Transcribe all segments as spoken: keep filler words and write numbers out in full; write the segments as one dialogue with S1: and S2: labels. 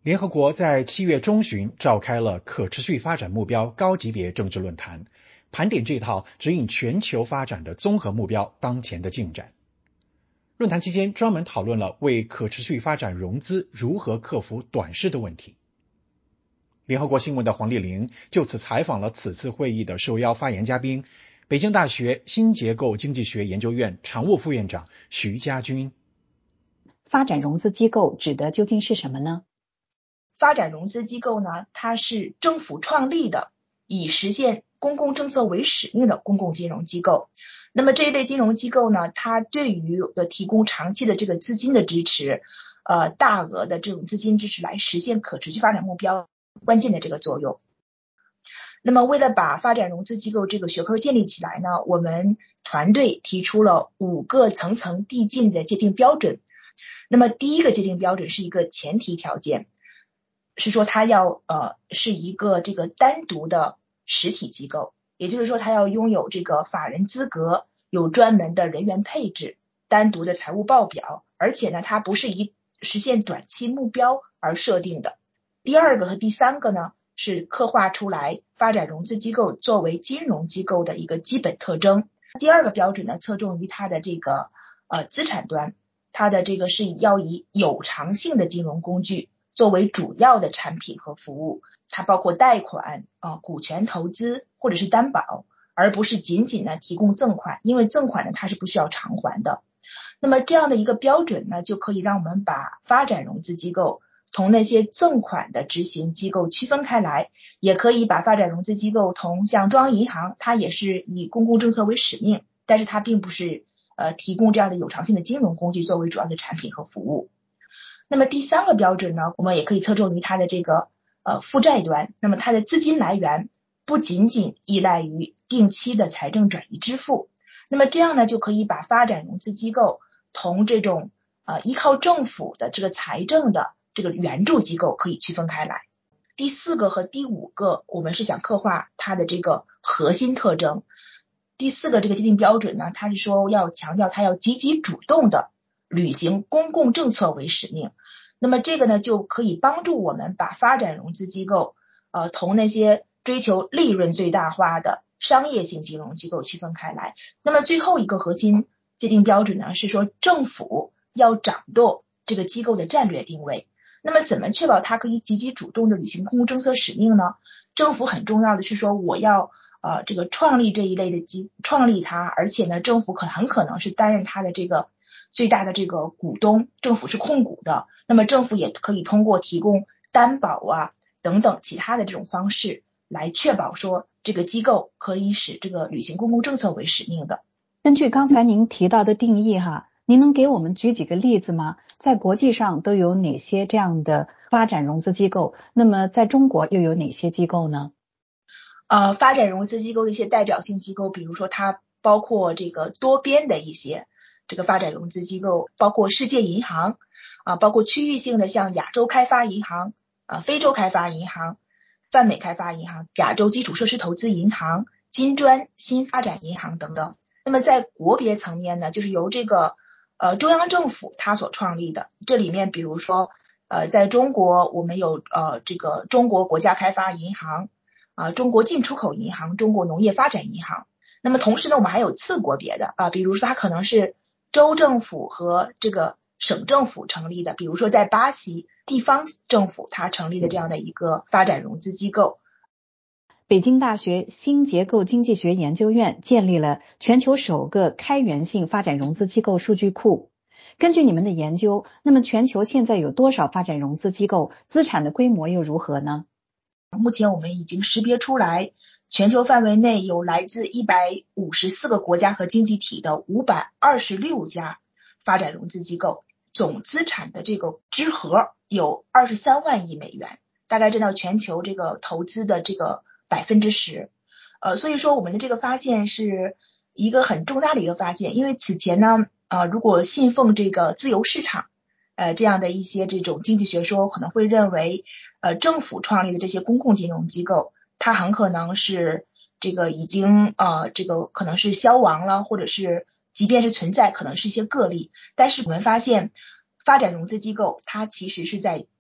S1: 联合国在七月中旬召开了可持续发展目标高级别政治论坛，盘点这套指引全球发展的综合目标当前的进展。论坛期间专门讨论了为可持续发展融资如何克服短视的问题。联合国新闻的黄丽玲就此采访了此次会议的受邀发言嘉宾，北京大学新结构经济学研究院常务副院长徐家军。
S2: 发展融资机构指的究竟是什么呢？
S3: 发展融资机构呢，它是政府创立的，以实现公共政策为使命的公共金融机构。那么这一类金融机构呢，它对于的提供长期的这个资金的支持，呃，大额的这种资金支持来实现可持续发展目标关键的这个作用。那么为了把发展融资机构这个学科建立起来呢，我们团队提出了五个层层递进的界定标准。那么第一个界定标准是一个前提条件，是说它要呃是一个这个单独的实体机构，也就是说它要拥有这个法人资格，有专门的人员配置，单独的财务报表，而且呢它不是以实现短期目标而设定的。第二个和第三个呢是刻画出来发展融资机构作为金融机构的一个基本特征。第二个标准呢侧重于它的这个呃资产端，它的这个是要以有偿性的金融工具作为主要的产品和服务，它包括贷款、呃、股权投资或者是担保，而不是仅仅呢提供赠款，因为赠款呢它是不需要偿还的。那么这样的一个标准呢，就可以让我们把发展融资机构同那些赠款的执行机构区分开来，也可以把发展融资机构同像中央银行，它也是以公共政策为使命，但是它并不是呃提供这样的有偿性的金融工具作为主要的产品和服务。那么第三个标准呢，我们也可以侧重于它的这个呃负债端，那么它的资金来源不仅仅依赖于定期的财政转移支付，那么这样呢就可以把发展融资机构同这种呃依靠政府的这个财政的这个援助机构可以区分开来。第四个和第五个我们是想刻画它的这个核心特征。第四个这个界定标准呢，它是说要强调它要积极主动的履行公共政策为使命。那么这个呢就可以帮助我们把发展融资机构呃同那些追求利润最大化的商业性金融机构区分开来。那么最后一个核心界定标准呢是说政府要掌舵这个机构的战略定位。那么怎么确保它可以积极主动的履行公共政策使命呢？政府很重要的是说我要呃这个创立这一类的机创立它，而且呢政府可很可能是担任它的这个最大的这个股东，政府是控股的，那么政府也可以通过提供担保啊等等其他的这种方式来确保说这个机构可以使这个履行公共政策为使命的。
S2: 根据刚才您提到的定义哈，您能给我们举几个例子吗？在国际上都有哪些这样的发展融资机构？那么在中国又有哪些机构呢？
S3: 呃，发展融资机构的一些代表性机构，比如说它包括这个多边的一些这个发展融资机构，包括世界银行啊，包括区域性的像亚洲开发银行啊、非洲开发银行、泛美开发银行、亚洲基础设施投资银行、金砖新发展银行等等。那么在国别层面呢，就是由这个呃中央政府它所创立的，这里面比如说呃在中国我们有呃这个中国国家开发银行啊、呃、中国进出口银行、中国农业发展银行。那么同时呢，我们还有次国别的啊，比如说它可能是州政府和这个省政府成立的，比如说在巴西地方政府它成立的这样的一个发展融资机构。
S2: 北京大学新结构经济学研究院建立了全球首个开源性发展融资机构数据库。根据你们的研究，那么全球现在有多少发展融资机构？资产的规模又如何呢？
S3: 目前我们已经识别出来，全球范围内有来自一百五十四个国家和经济体的五百二十六家发展融资机构，总资产的这个支合有二十三万亿美元，大概占到全球这个投资的这个百分之十。呃，所以说我们的这个发现是一个很重大的一个发现，因为此前呢，呃，如果信奉这个自由市场，呃，这样的一些这种经济学说，可能会认为，呃，政府创立的这些公共金融机构，它很可能是这个已经呃，这个可能是消亡了，或者是即便是存在，可能是一些个例。但是我们发现，发展融资机构它其实是在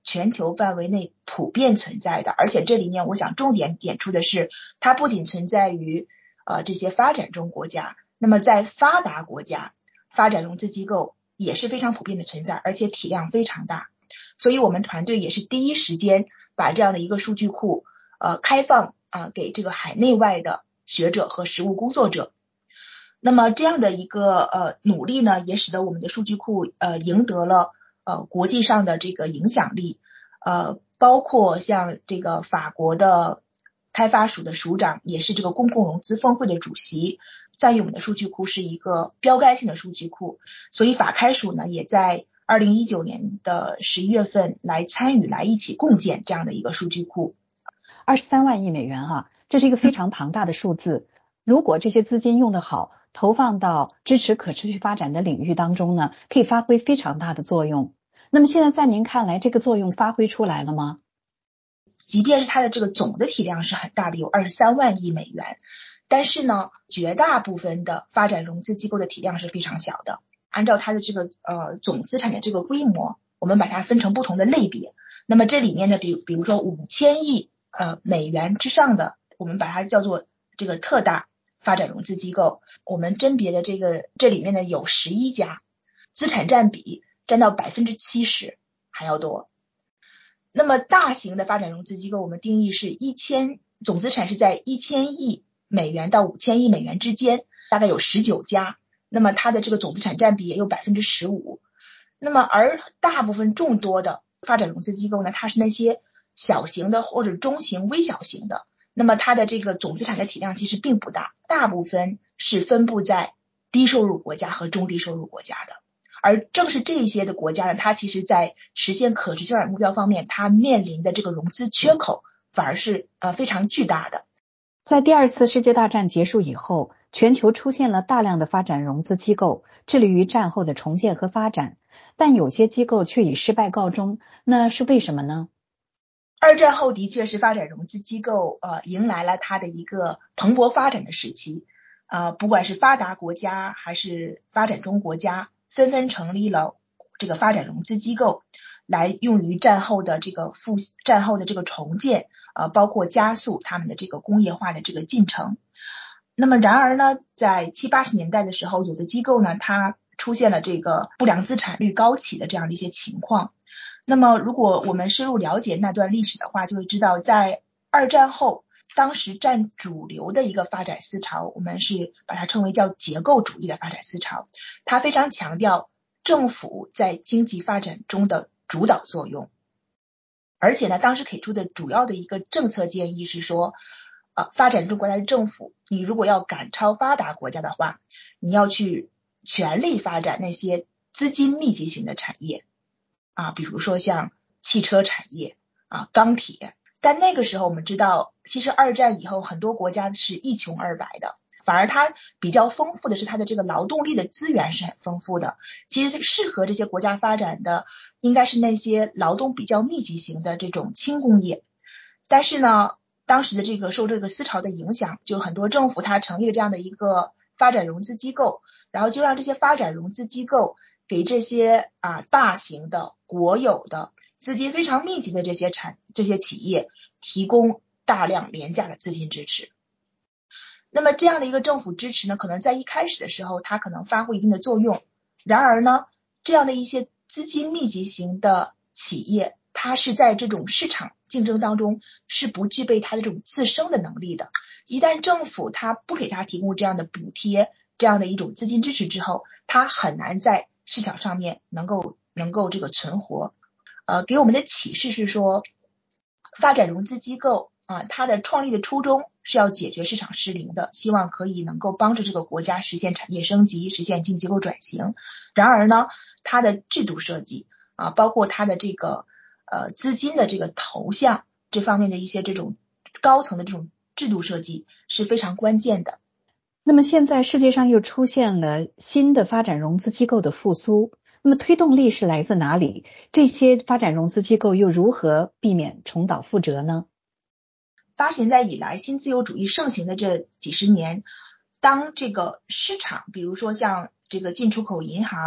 S3: 全球范围内普遍存在的，而且这里面我想重点点出的是，它不仅存在于呃这些发展中国家，那么在发达国家，发展融资机构也是非常普遍的存在，而且体量非常大。所以我们团队也是第一时间把这样的一个数据库呃开放啊、呃、给这个海内外的学者和实务工作者。那么这样的一个呃努力呢，也使得我们的数据库呃赢得了呃国际上的这个影响力，呃包括像这个法国的开发署的署长也是这个公共融资峰会的主席，赞誉我们的数据库是一个标杆性的数据库，所以法开署呢也在二零一九年的十一月份来参与，来一起共建这样的一个数据库。
S2: 二十三万亿美元啊，这是一个非常庞大的数字。如果这些资金用得好，投放到支持可持续发展的领域当中呢，可以发挥非常大的作用。那么现在在您看来，这个作用发挥出来了吗？
S3: 即便是它的这个总的体量是很大的，有二十三万亿美元，但是呢，绝大部分的发展融资机构的体量是非常小的。按照它的这个呃总资产的这个规模，我们把它分成不同的类别。那么这里面呢，比比如说五千亿呃美元之上的，我们把它叫做这个特大发展融资机构。我们甄别的这个这里面呢有十一家，资产占比占到百分之七十还要多。那么大型的发展融资机构，我们定义是一千总资产是在一千亿美元到五千亿美元之间，大概有十九家。那么它的这个总资产占比也有百分之十五。那么而大部分众多的发展融资机构呢，它是那些小型的或者中型、微小型的。那么它的这个总资产的体量其实并不大，大部分是分布在低收入国家和中低收入国家的。而正是这些的国家呢，它其实在实现可持续发展目标方面，它面临的这个融资缺口反而是呃非常巨大的。
S2: 在第二次世界大战结束以后，全球出现了大量的发展融资机构，致力于战后的重建和发展，但有些机构却以失败告终，那是为什么呢？
S3: 二战后的确是发展融资机构呃迎来了它的一个蓬勃发展的时期，呃不管是发达国家还是发展中国家，纷纷成立了这个发展融资机构，来用于战后的这个复战后的这个重建，呃包括加速他们的这个工业化的这个进程。那么然而呢，在七八十年代的时候，有的机构呢它出现了这个不良资产率高企的这样的一些情况。那么如果我们深入了解那段历史的话，就会知道在二战后，当时占主流的一个发展思潮，我们是把它称为叫结构主义的发展思潮，它非常强调政府在经济发展中的主导作用。而且呢，当时给出的主要的一个政策建议是说，呃，发展中国家的政府，你如果要赶超发达国家的话，你要去全力发展那些资金密集型的产业啊，比如说像汽车产业啊、钢铁。但那个时候我们知道，其实二战以后很多国家是一穷二白的，反而它比较丰富的是它的这个劳动力的资源是很丰富的。其实适合这些国家发展的应该是那些劳动比较密集型的这种轻工业。但是呢，当时的这个受这个思潮的影响，就很多政府它成立了这样的一个发展融资机构，然后就让这些发展融资机构给这些啊大型的国有的资金非常密集的这些产这些企业提供大量廉价的资金支持。那么这样的一个政府支持呢，可能在一开始的时候它可能发挥一定的作用，然而呢，这样的一些资金密集型的企业，它是在这种市场竞争当中是不具备它的这种自生的能力的。一旦政府它不给它提供这样的补贴，这样的一种资金支持之后，它很难在市场上面能够能够这个存活。呃，给我们的启示是说，发展融资机构啊，它的创立的初衷是要解决市场失灵的，希望可以能够帮助这个国家实现产业升级，实现经济结构转型。然而呢，它的制度设计啊，包括它的这个呃资金的这个投向这方面的一些这种高层的这种制度设计是非常关键的。
S2: 那么现在世界上又出现了新的发展融资机构的复苏，那么推动力是来自哪里？这些发展融资机构又如何避免重蹈覆辙呢？
S3: 八十年代以来，新自由主义盛行的这几十年，当这个市场，比如说像这个进出口银行、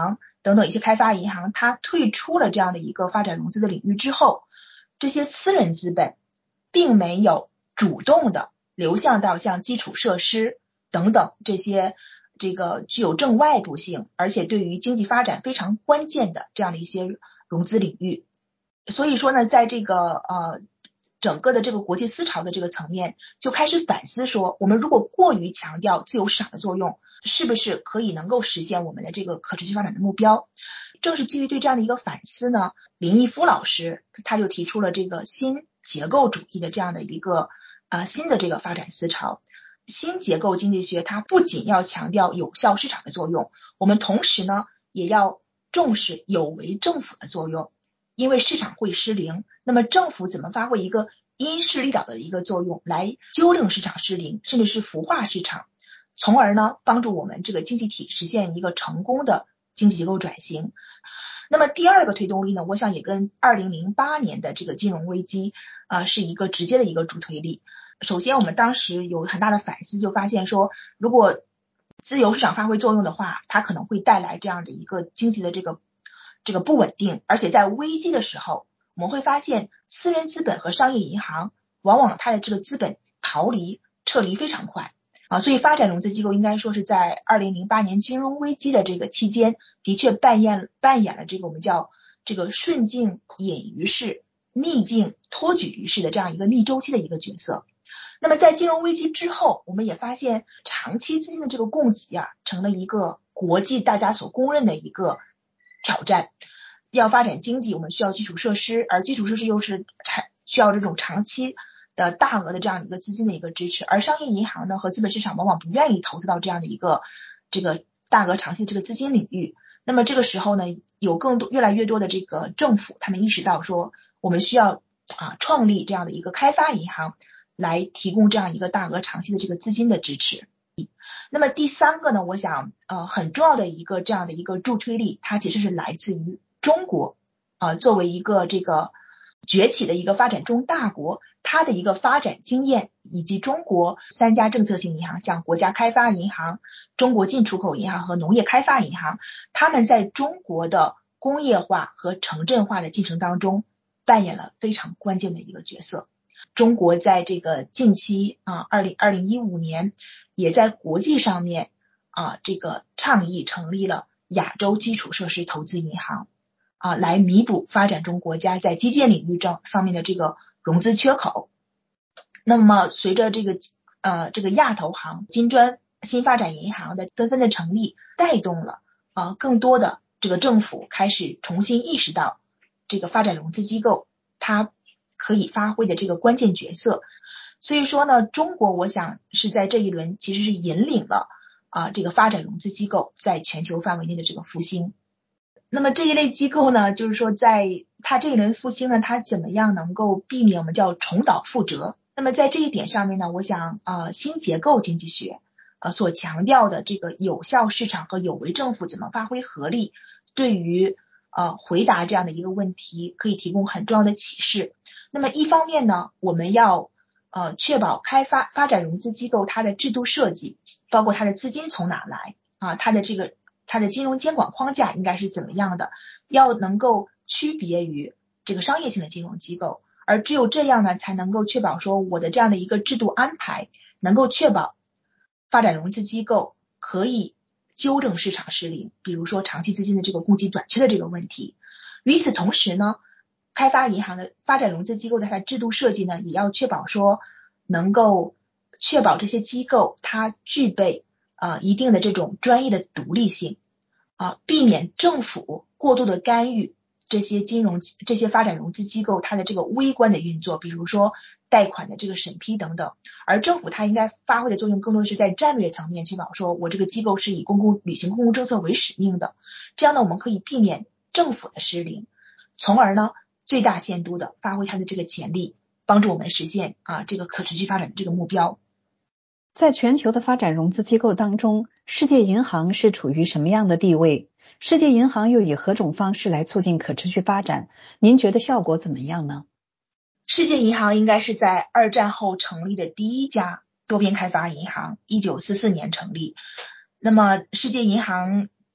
S3: 等等一些开发银行，它退出了这样的一个发展融资的领域之后，这些私人资本并没有主动的流向到像基础设施等等这些这个具有正外部性，而且对于经济发展非常关键的这样的一些融资领域。所以说呢，在这个呃整个的这个国际思潮的这个层面，就开始反思说，我们如果过于强调自由市场的作用，是不是可以能够实现我们的这个可持续发展的目标？正是基于对这样的一个反思呢，林毅夫老师他就提出了这个新结构主义的这样的一个呃新的这个发展思潮。新结构经济学它不仅要强调有效市场的作用，我们同时呢也要重视有为政府的作用。因为市场会失灵，那么政府怎么发挥一个因势利导的一个作用，来纠正市场失灵，甚至是孵化市场，从而呢帮助我们这个经济体实现一个成功的经济结构转型。那么第二个推动力呢，我想也跟二零零八年的这个金融危机啊、呃、是一个直接的一个助推力。首先我们当时有很大的反思，就发现说，如果自由市场发挥作用的话，它可能会带来这样的一个经济的这个这个不稳定，而且在危机的时候，我们会发现私人资本和商业银行往往它的这个资本逃离撤离非常快啊，所以发展融资机构应该说是在二零零八年金融危机的这个期间，的确扮演扮演了这个我们叫这个顺境引于势、逆境托举于势的这样一个逆周期的一个角色。那么在金融危机之后，我们也发现长期资金的这个供给啊，成了一个国际大家所公认的一个挑战。要发展经济，我们需要基础设施，而基础设施又是需要这种长期的大额的这样一个资金的一个支持，而商业银行呢和资本市场往往不愿意投资到这样的一个这个大额长期的这个资金领域。那么这个时候呢，有更多越来越多的这个政府，他们意识到说，我们需要啊创立这样的一个开发银行，来提供这样一个大额长期的这个资金的支持。那么第三个呢，我想呃很重要的一个这样的一个助推力，它其实是来自于中国啊、呃，作为一个这个崛起的一个发展中大国，它的一个发展经验，以及中国三家政策性银行，像国家开发银行、中国进出口银行和农业开发银行，他们在中国的工业化和城镇化的进程当中扮演了非常关键的一个角色。中国在这个近期啊，二零二零一五年也在国际上面啊，这个倡议成立了亚洲基础设施投资银行啊，来弥补发展中国家在基建领域这方面的这个融资缺口。那么随着这个呃这个亚投行、金砖新发展银行的纷纷的成立，带动了啊更多的这个政府开始重新意识到这个发展融资机构它可以发挥的这个关键角色。所以说呢，中国我想是在这一轮其实是引领了啊这个发展融资机构在全球范围内的这个复兴。那么这一类机构呢，就是说在它这一轮复兴呢，它怎么样能够避免我们叫重蹈覆辙？那么在这一点上面呢，我想啊新结构经济学呃所强调的这个有效市场和有为政府怎么发挥合力，对于呃回答这样的一个问题可以提供很重要的启示。那么一方面呢，我们要呃确保开发发展融资机构它的制度设计，包括它的资金从哪来啊，它的这个它的金融监管框架应该是怎么样的，要能够区别于这个商业性的金融机构，而只有这样呢，才能够确保说我的这样的一个制度安排能够确保发展融资机构可以纠正市场失灵，比如说长期资金的这个供给短缺的这个问题。与此同时呢，开发银行的发展融资机构的它的制度设计呢，也要确保说能够确保这些机构它具备呃一定的这种专业的独立性啊，避免政府过度的干预这些金融这些发展融资机构它的这个微观的运作，比如说贷款的这个审批等等。而政府它应该发挥的作用更多的是在战略层面，确保说我这个机构是以公共履行公共政策为使命的，这样呢我们可以避免政府的失灵，从而呢最大限度的发挥它的这个潜力，帮助我们实现啊这个可持续发展的这个目标。
S2: 在全球的发展融资机构当中，世界银行是处于什么样的地位？世界银行又以何种方式来促进可持续发展？您觉得效果怎么样呢？
S3: 世界银行应该是在二战后成立的第一家多边开发银行，一九四四年成立。那么世界银行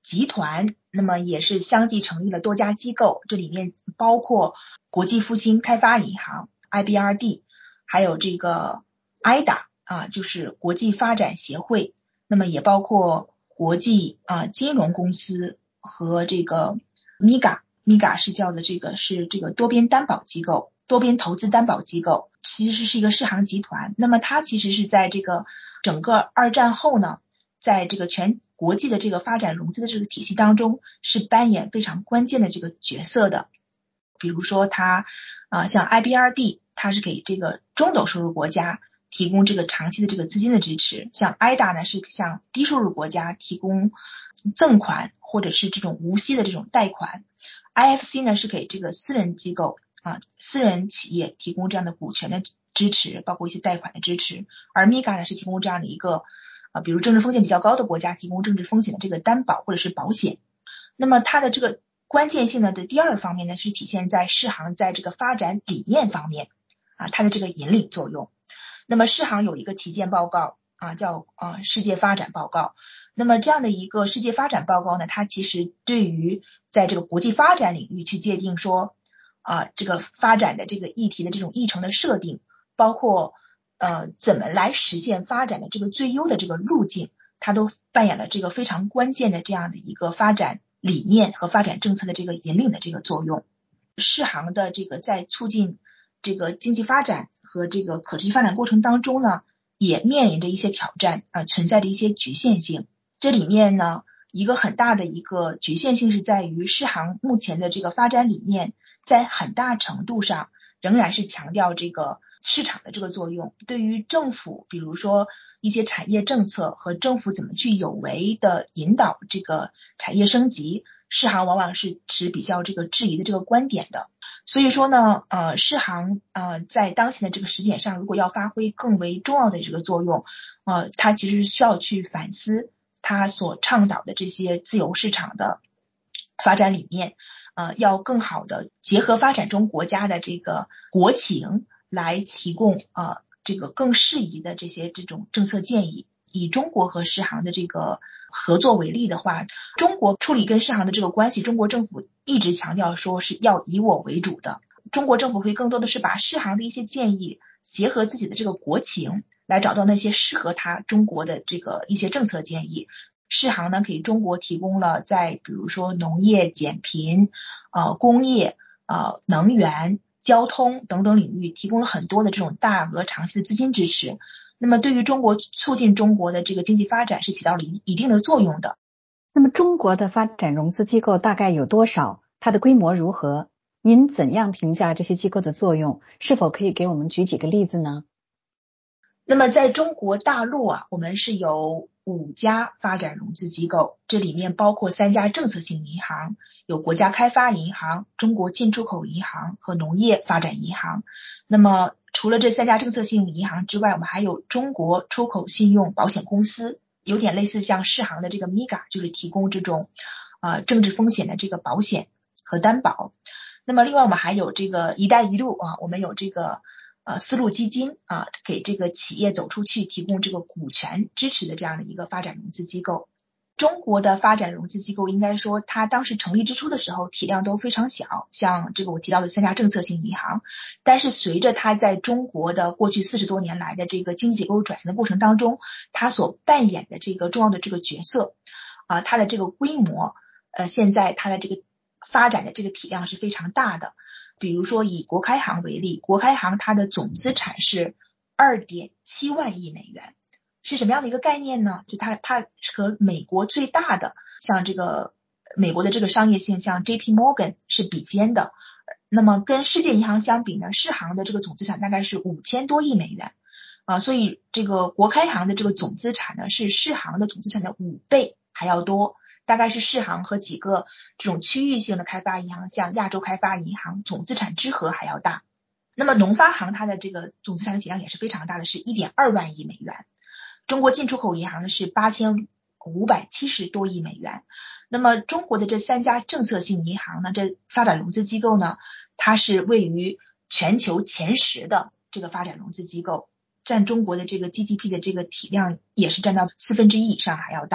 S3: 集团，那么也是相继成立了多家机构，这里面包括国际复兴开发银行 I B R D， 还有这个 I D A 啊，就是国际发展协会，那么也包括国际啊金融公司和这个 M I G A， M I G A 是叫的这个是这个多边担保机构，多边投资担保机构，其实是一个世行集团。那么它其实是在这个整个二战后呢，在这个全国际的这个发展融资的这个体系当中是扮演非常关键的这个角色的。比如说它啊、呃，像 I B R D， 它是给这个中等收入国家提供这个长期的这个资金的支持，像 I D A 呢是向低收入国家提供赠款或者是这种无息的这种贷款， I F C 呢是给这个私人机构啊私人企业提供这样的股权的支持，包括一些贷款的支持，而 M I G A 呢是提供这样的一个啊，比如政治风险比较高的国家提供政治风险的这个担保或者是保险。那么它的这个关键性呢的第二个方面呢是体现在世行在这个发展理念方面啊，它的这个引领作用。那么世行有一个旗舰报告啊，叫啊世界发展报告。那么这样的一个世界发展报告呢，它其实对于在这个国际发展领域去界定说啊这个发展的这个议题的这种议程的设定，包括呃怎么来实现发展的这个最优的这个路径，它都扮演了这个非常关键的这样的一个发展理念和发展政策的这个引领的这个作用。世行的这个在促进这个经济发展和这个可持续发展过程当中呢，也面临着一些挑战啊、呃，存在着一些局限性。这里面呢，一个很大的一个局限性是在于世行目前的这个发展理念，在很大程度上仍然是强调这个市场的这个作用，对于政府，比如说一些产业政策和政府怎么去有为的引导这个产业升级，世行往往是持比较这个质疑的这个观点的。所以说呢，呃，世行呃在当前的这个时点上，如果要发挥更为重要的这个作用，呃，它其实是需要去反思它所倡导的这些自由市场的发展理念，呃，要更好的结合发展中国家的这个国情来提供呃这个更适宜的这些这种政策建议。以中国和世行的这个合作为例的话，中国处理跟世行的这个关系，中国政府一直强调说是要以我为主的，中国政府会更多的是把世行的一些建议结合自己的这个国情，来找到那些适合他中国的这个一些政策建议。世行呢给中国提供了在比如说农业、减贫、呃工业、呃能源、交通等等领域提供了很多的这种大额长期的资金支持，那么对于中国促进中国的这个经济发展是起到了一定的作用的。
S2: 那么中国的发展融资机构大概有多少？它的规模如何？您怎样评价这些机构的作用？是否可以给我们举几个例子呢？
S3: 那么在中国大陆啊，我们是有五家发展融资机构，这里面包括三家政策性银行，有国家开发银行、中国进出口银行和农业发展银行。那么除了这三家政策性银行之外，我们还有中国出口信用保险公司，有点类似像世行的这个 M I G A， 就是提供这种呃政治风险的这个保险和担保。那么另外我们还有这个一带一路啊，我们有这个呃丝路基金啊，给这个企业走出去提供这个股权支持的这样的一个发展融资机构。中国的发展融资机构应该说它当时成立之初的时候体量都非常小，像这个我提到的三家政策性银行，但是随着它在中国的过去四十多年来的这个经济结构转型的过程当中，它所扮演的这个重要的这个角色啊，它的这个规模呃，现在它的这个发展的这个体量是非常大的。比如说以国开行为例，国开行它的总资产是 二点七万亿美元，是什么样的一个概念呢？就它它和美国最大的像这个美国的这个商业性像 J P Morgan 是比肩的。那么跟世界银行相比呢，世行的这个总资产大概是五千多亿美元啊，所以这个国开行的这个总资产呢是世行的总资产的五倍还要多，大概是世行和几个这种区域性的开发银行像亚洲开发银行总资产之和还要大。那么农发行它的这个总资产的体量也是非常大的，是 一点二万亿美元。中国进出口银行呢是八千五百七十多亿美元。那么中国的这三家政策性银行呢，这发展融资机构呢，它是位于全球前十的这个发展融资机构，占中国的这个 G D P 的这个体量也是占到四分之一以上还要大。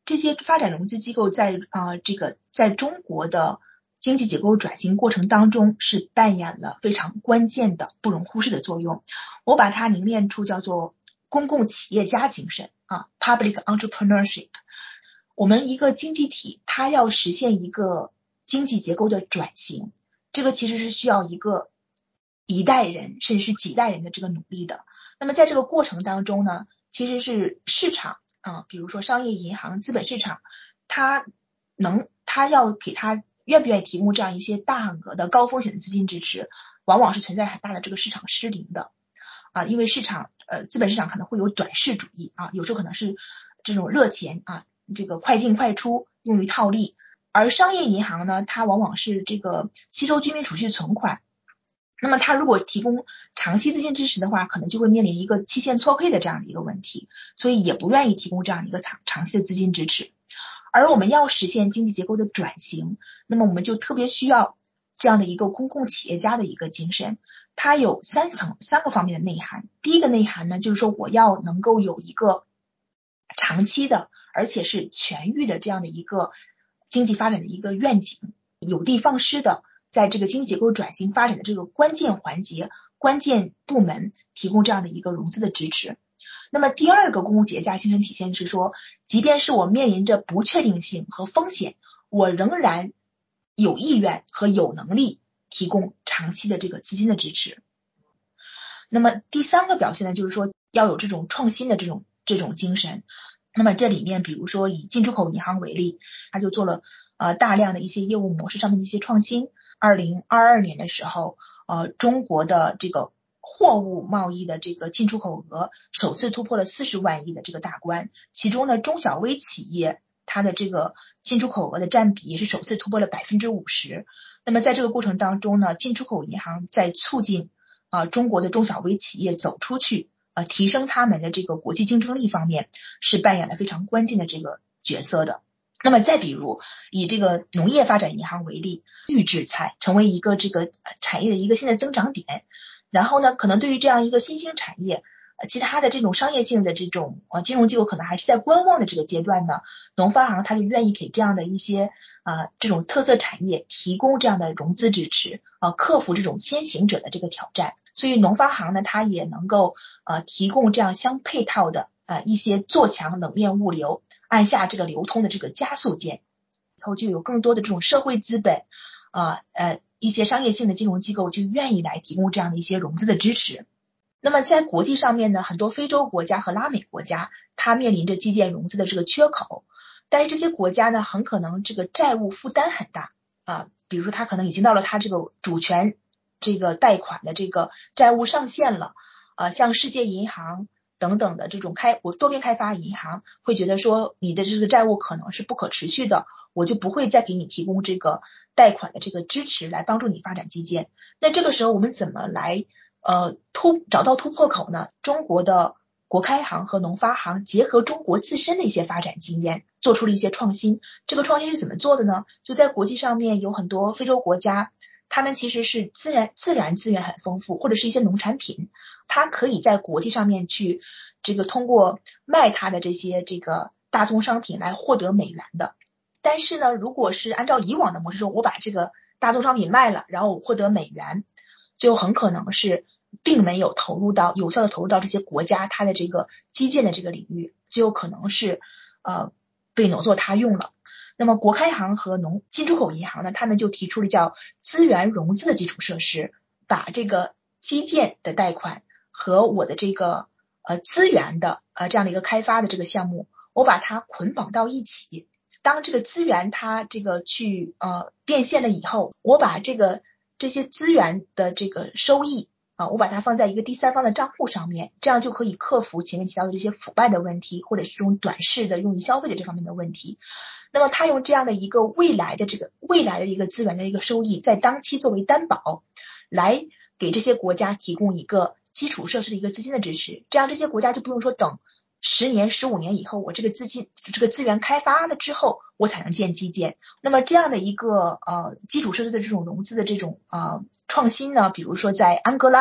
S3: 这些发展融资机构在呃这个在中国的经济结构转型过程当中是扮演了非常关键的不容忽视的作用。我把它凝练出叫做公共企业家精神啊 ，public entrepreneurship。我们一个经济体它要实现一个经济结构的转型，这个其实是需要一个一代人甚至是几代人的这个努力的。那么在这个过程当中呢，其实是市场啊，比如说商业银行、资本市场，它能它要给它愿不愿意提供这样一些大额的高风险的资金支持，往往是存在很大的这个市场失灵的啊，因为市场呃资本市场可能会有短视主义啊，有时候可能是这种热钱啊，这个快进快出用于套利，而商业银行呢，它往往是这个吸收居民储蓄存款。那么它如果提供长期资金支持的话，可能就会面临一个期限错配的这样的一个问题，所以也不愿意提供这样的一个长长期的资金支持。而我们要实现经济结构的转型，那么我们就特别需要这样的一个公共企业家的一个精神，它有三层三个方面的内涵。第一个内涵呢，就是说我要能够有一个长期的而且是全域的这样的一个经济发展的一个愿景，有的放矢的在这个经济结构转型发展的这个关键环节、关键部门提供这样的一个融资的支持。那么第二个公共企业家精神体现是说，即便是我面临着不确定性和风险，我仍然有意愿和有能力提供长期的这个资金的支持。那么第三个表现呢，就是说要有这种创新的这种这种精神。那么这里面比如说以进出口银行为例，它就做了呃大量的一些业务模式上面的一些创新。二零二二年的时候，呃中国的这个货物贸易的这个进出口额首次突破了四十万亿的这个大关，其中呢中小微企业它的这个进出口额的占比也是首次突破了百分之五十。那么在这个过程当中呢，进出口银行在促进啊、呃、中国的中小微企业走出去，呃提升他们的这个国际竞争力方面是扮演了非常关键的这个角色的。那么再比如以这个农业发展银行为例，预制菜成为一个这个产业的一个新的增长点。然后呢，可能对于这样一个新兴产业，呃，其他的这种商业性的这种呃金融机构可能还是在观望的这个阶段呢，农发行它就愿意给这样的一些啊、呃、这种特色产业提供这样的融资支持啊、呃，克服这种先行者的这个挑战。所以农发行呢，它也能够呃提供这样相配套的呃一些做强冷链物流，按下这个流通的这个加速键，以后就有更多的这种社会资本啊 呃, 呃一些商业性的金融机构就愿意来提供这样的一些融资的支持。那么在国际上面呢，很多非洲国家和拉美国家它面临着基建融资的这个缺口，但是这些国家呢很可能这个债务负担很大啊，比如说它可能已经到了它这个主权这个贷款的这个债务上限了啊，像世界银行等等的这种开我多边开发银行会觉得说你的这个债务可能是不可持续的，我就不会再给你提供这个贷款的这个支持来帮助你发展基建。那这个时候我们怎么来呃突找到突破口呢？中国的国开行和农发行结合中国自身的一些发展经验，做出了一些创新。这个创新是怎么做的呢？就在国际上面有很多非洲国家，他们其实是自然自然资源很丰富，或者是一些农产品，它可以在国际上面去这个通过卖它的这些这个大宗商品来获得美元的。但是呢，如果是按照以往的模式说，我把这个大宗商品卖了，然后我获得美元，就很可能是并没有投入到有效的投入到这些国家它的这个基建的这个领域，就有可能是呃被挪作他用了。那么国开行和农进出口银行呢，他们就提出了叫资源融资的基础设施，把这个基建的贷款和我的这个呃资源的呃这样的一个开发的这个项目，我把它捆绑到一起。当这个资源它这个去呃变现了以后，我把这个这些资源的这个收益啊，我把它放在一个第三方的账户上面，这样就可以克服前面提到的这些腐败的问题，或者是这种短视的用于消费的这方面的问题。那么他用这样的一个未来的这个未来的一个资源的一个收益，在当期作为担保，来给这些国家提供一个基础设施的一个资金的支持，这样这些国家就不用说等十年十五年以后，我这个资金这个资源开发了之后，我才能建基建。那么这样的一个呃基础设施的这种融资的这种呃创新呢，比如说在安哥拉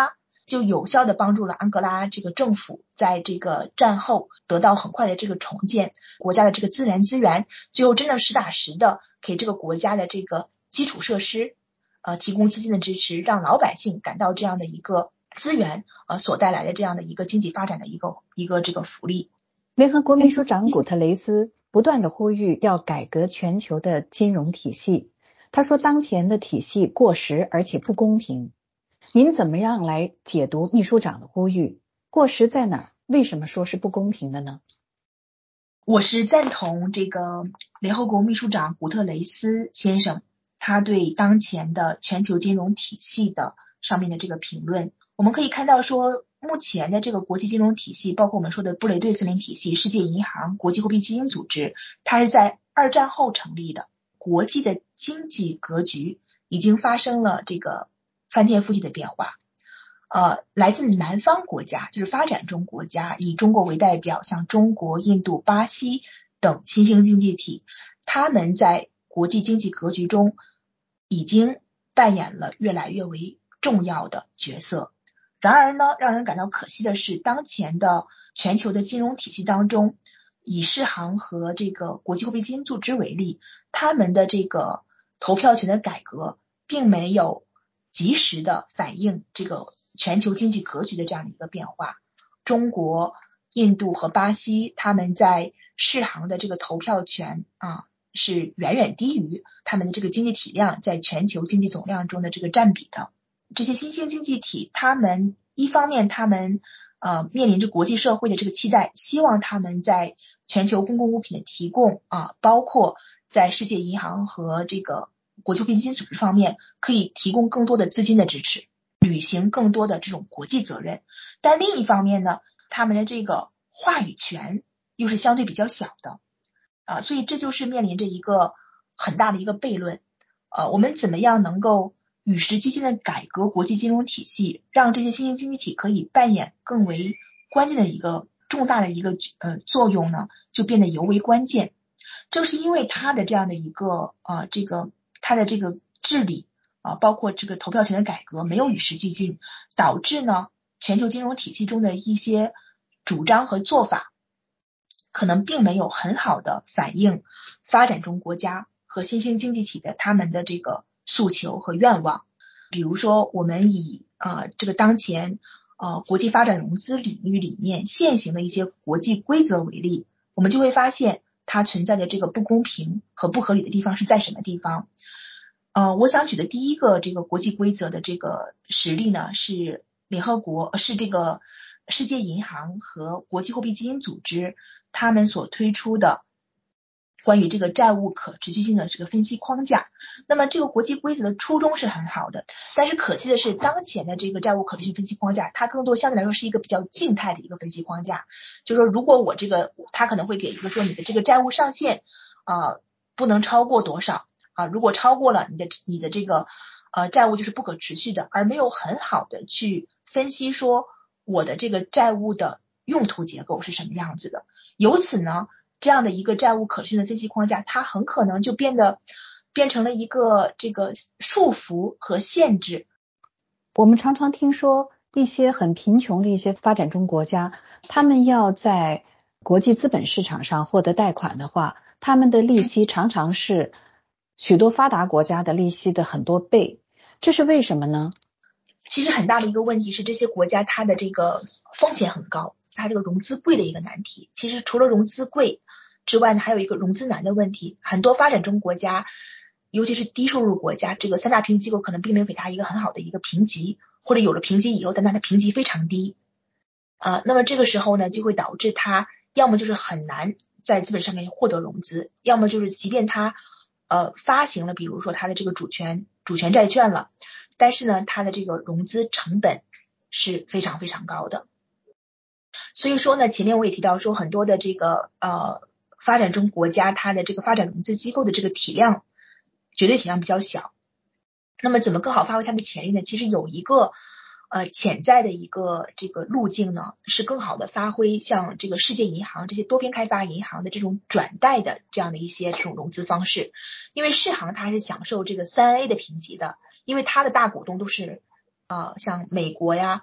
S3: 就有效的帮助了安哥拉这个政府在这个战后得到很快的这个重建，国家的这个自然资源最后真正实打实的给这个国家的这个基础设施呃提供资金的支持，让老百姓感到这样的一个资源呃所带来的这样的一个经济发展的一个一个这个福利。
S2: 联合国秘书长古特雷斯不断的呼吁要改革全球的金融体系，他说当前的体系过时而且不公平。您怎么样来解读秘书长的呼吁？过时在哪儿？为什么说是不公平的呢？
S3: 我是赞同这个联合国秘书长古特雷斯先生他对当前的全球金融体系的上面的这个评论。我们可以看到说，目前的这个国际金融体系，包括我们说的布雷顿森林体系、世界银行、国际货币基金组织，它是在二战后成立的。国际的经济格局已经发生了这个翻天覆地的变化。呃，来自南方国家，就是发展中国家，以中国为代表，像中国、印度、巴西等新兴经济体，他们在国际经济格局中已经扮演了越来越为重要的角色。然而呢，让人感到可惜的是，当前的全球的金融体系当中，以世行和这个国际货币基金组织为例，他们的这个投票权的改革并没有及时的反映这个全球经济格局的这样的一个变化。中国、印度和巴西他们在世行的这个投票权啊是远远低于他们的这个经济体量在全球经济总量中的这个占比的。这些新兴经济体，他们一方面他们呃面临着国际社会的这个期待，希望他们在全球公共物品的提供啊，包括在世界银行和这个国际货币基金组织方面可以提供更多的资金的支持，履行更多的这种国际责任。但另一方面呢，他们的这个话语权又是相对比较小的啊，所以这就是面临着一个很大的一个悖论。呃，我们怎么样能够与时俱进的改革国际金融体系，让这些新兴经济体可以扮演更为关键的一个重大的一个呃作用呢，就变得尤为关键。正是因为它的这样的一个呃这个它的这个治理啊、呃，包括这个投票权的改革没有与时俱进，导致呢全球金融体系中的一些主张和做法可能并没有很好的反映发展中国家和新兴经济体的他们的这个诉求和愿望。比如说我们以呃这个当前呃国际发展融资领域里面现行的一些国际规则为例，我们就会发现它存在的这个不公平和不合理的地方是在什么地方。呃我想举的第一个这个国际规则的这个实例呢，是联合国是这个世界银行和国际货币基金组织他们所推出的关于这个债务可持续性的这个分析框架。那么这个国际规则的初衷是很好的，但是可惜的是当前的这个债务可持续分析框架，它更多相对来说是一个比较静态的一个分析框架。就是说如果我这个它可能会给一个说你的这个债务上限呃不能超过多少啊，如果超过了你的你的这个呃债务就是不可持续的，而没有很好的去分析说我的这个债务的用途结构是什么样子的。由此呢，这样的一个债务可持续的分析框架，它很可能就变得变成了一个这个束缚和限制。
S2: 我们常常听说一些很贫穷的一些发展中国家，他们要在国际资本市场上获得贷款的话，他们的利息常常是许多发达国家的利息的很多倍，这是为什么呢？
S3: 其实很大的一个问题是这些国家它的这个风险很高，它这个融资贵的一个难题。其实除了融资贵之外呢，还有一个融资难的问题。很多发展中国家尤其是低收入国家，这个三大评级机构可能并没有给它一个很好的一个评级，或者有了评级以后但它的评级非常低啊、呃，那么这个时候呢就会导致它要么就是很难在资本上面获得融资，要么就是即便它呃发行了比如说它的这个主权主权债券了，但是呢它的这个融资成本是非常非常高的。所以说呢前面我也提到说很多的这个呃发展中国家它的这个发展融资机构的这个体量绝对体量比较小，那么怎么更好发挥它的潜力呢？其实有一个呃潜在的一个这个路径呢，是更好的发挥像这个世界银行这些多边开发银行的这种转贷的这样的一些这种融资方式。因为世行它是享受这个三 A 的评级的，因为它的大股东都是呃像美国呀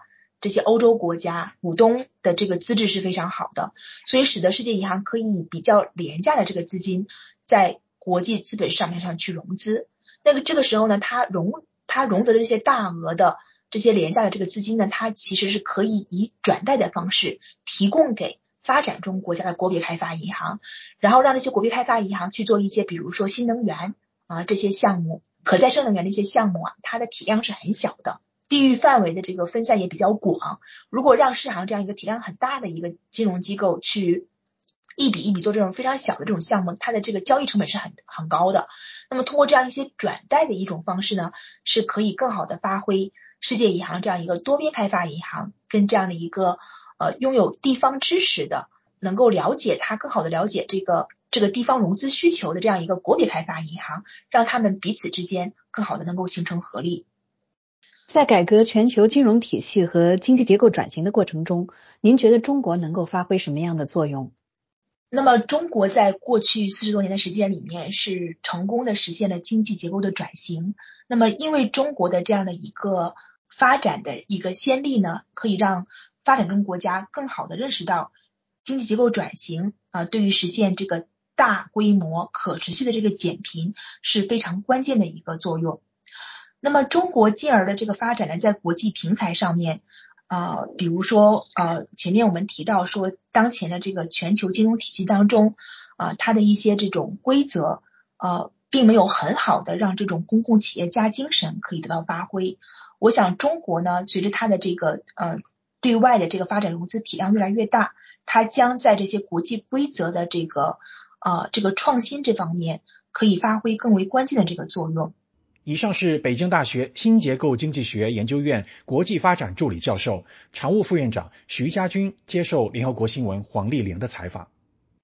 S3: 这些欧洲国家股东的这个资质是非常好的，所以使得世界银行可以以比较廉价的这个资金在国际资本市场上去融资。那个这个时候呢，它融它融得的这些大额的这些廉价的这个资金呢，它其实是可以以转贷的方式提供给发展中国家的国别开发银行，然后让这些国别开发银行去做一些比如说新能源啊这些项目，可再生能源的一些项目啊，它的体量是很小的，地域范围的这个分散也比较广。如果让世行这样一个体量很大的一个金融机构去一笔一笔做这种非常小的这种项目，它的这个交易成本是很很高的。那么通过这样一些转贷的一种方式呢，是可以更好的发挥世界银行这样一个多边开发银行跟这样的一个呃拥有地方知识的，能够了解它更好的了解这个这个地方融资需求的这样一个国别开发银行，让他们彼此之间更好的能够形成合力。
S2: 在改革全球金融体系和经济结构转型的过程中，您觉得中国能够发挥什么样的作用？
S3: 那么中国在过去四十多年的时间里面是成功的实现了经济结构的转型。那么因为中国的这样的一个发展的一个先例呢，可以让发展中国家更好的认识到经济结构转型啊、呃，对于实现这个大规模可持续的这个减贫是非常关键的一个作用。那么中国进而的这个发展呢，在国际平台上面呃，比如说呃，前面我们提到说，当前的这个全球金融体系当中，呃，它的一些这种规则，呃，并没有很好的让这种公共企业家精神可以得到发挥。我想中国呢，随着它的这个呃对外的这个发展融资体量越来越大，它将在这些国际规则的这个呃这个创新这方面，可以发挥更为关键的这个作用。
S1: 以上是北京大学新结构经济学研究院国际发展助理教授、常务副院长徐家军接受联合国新闻黄丽玲的采访。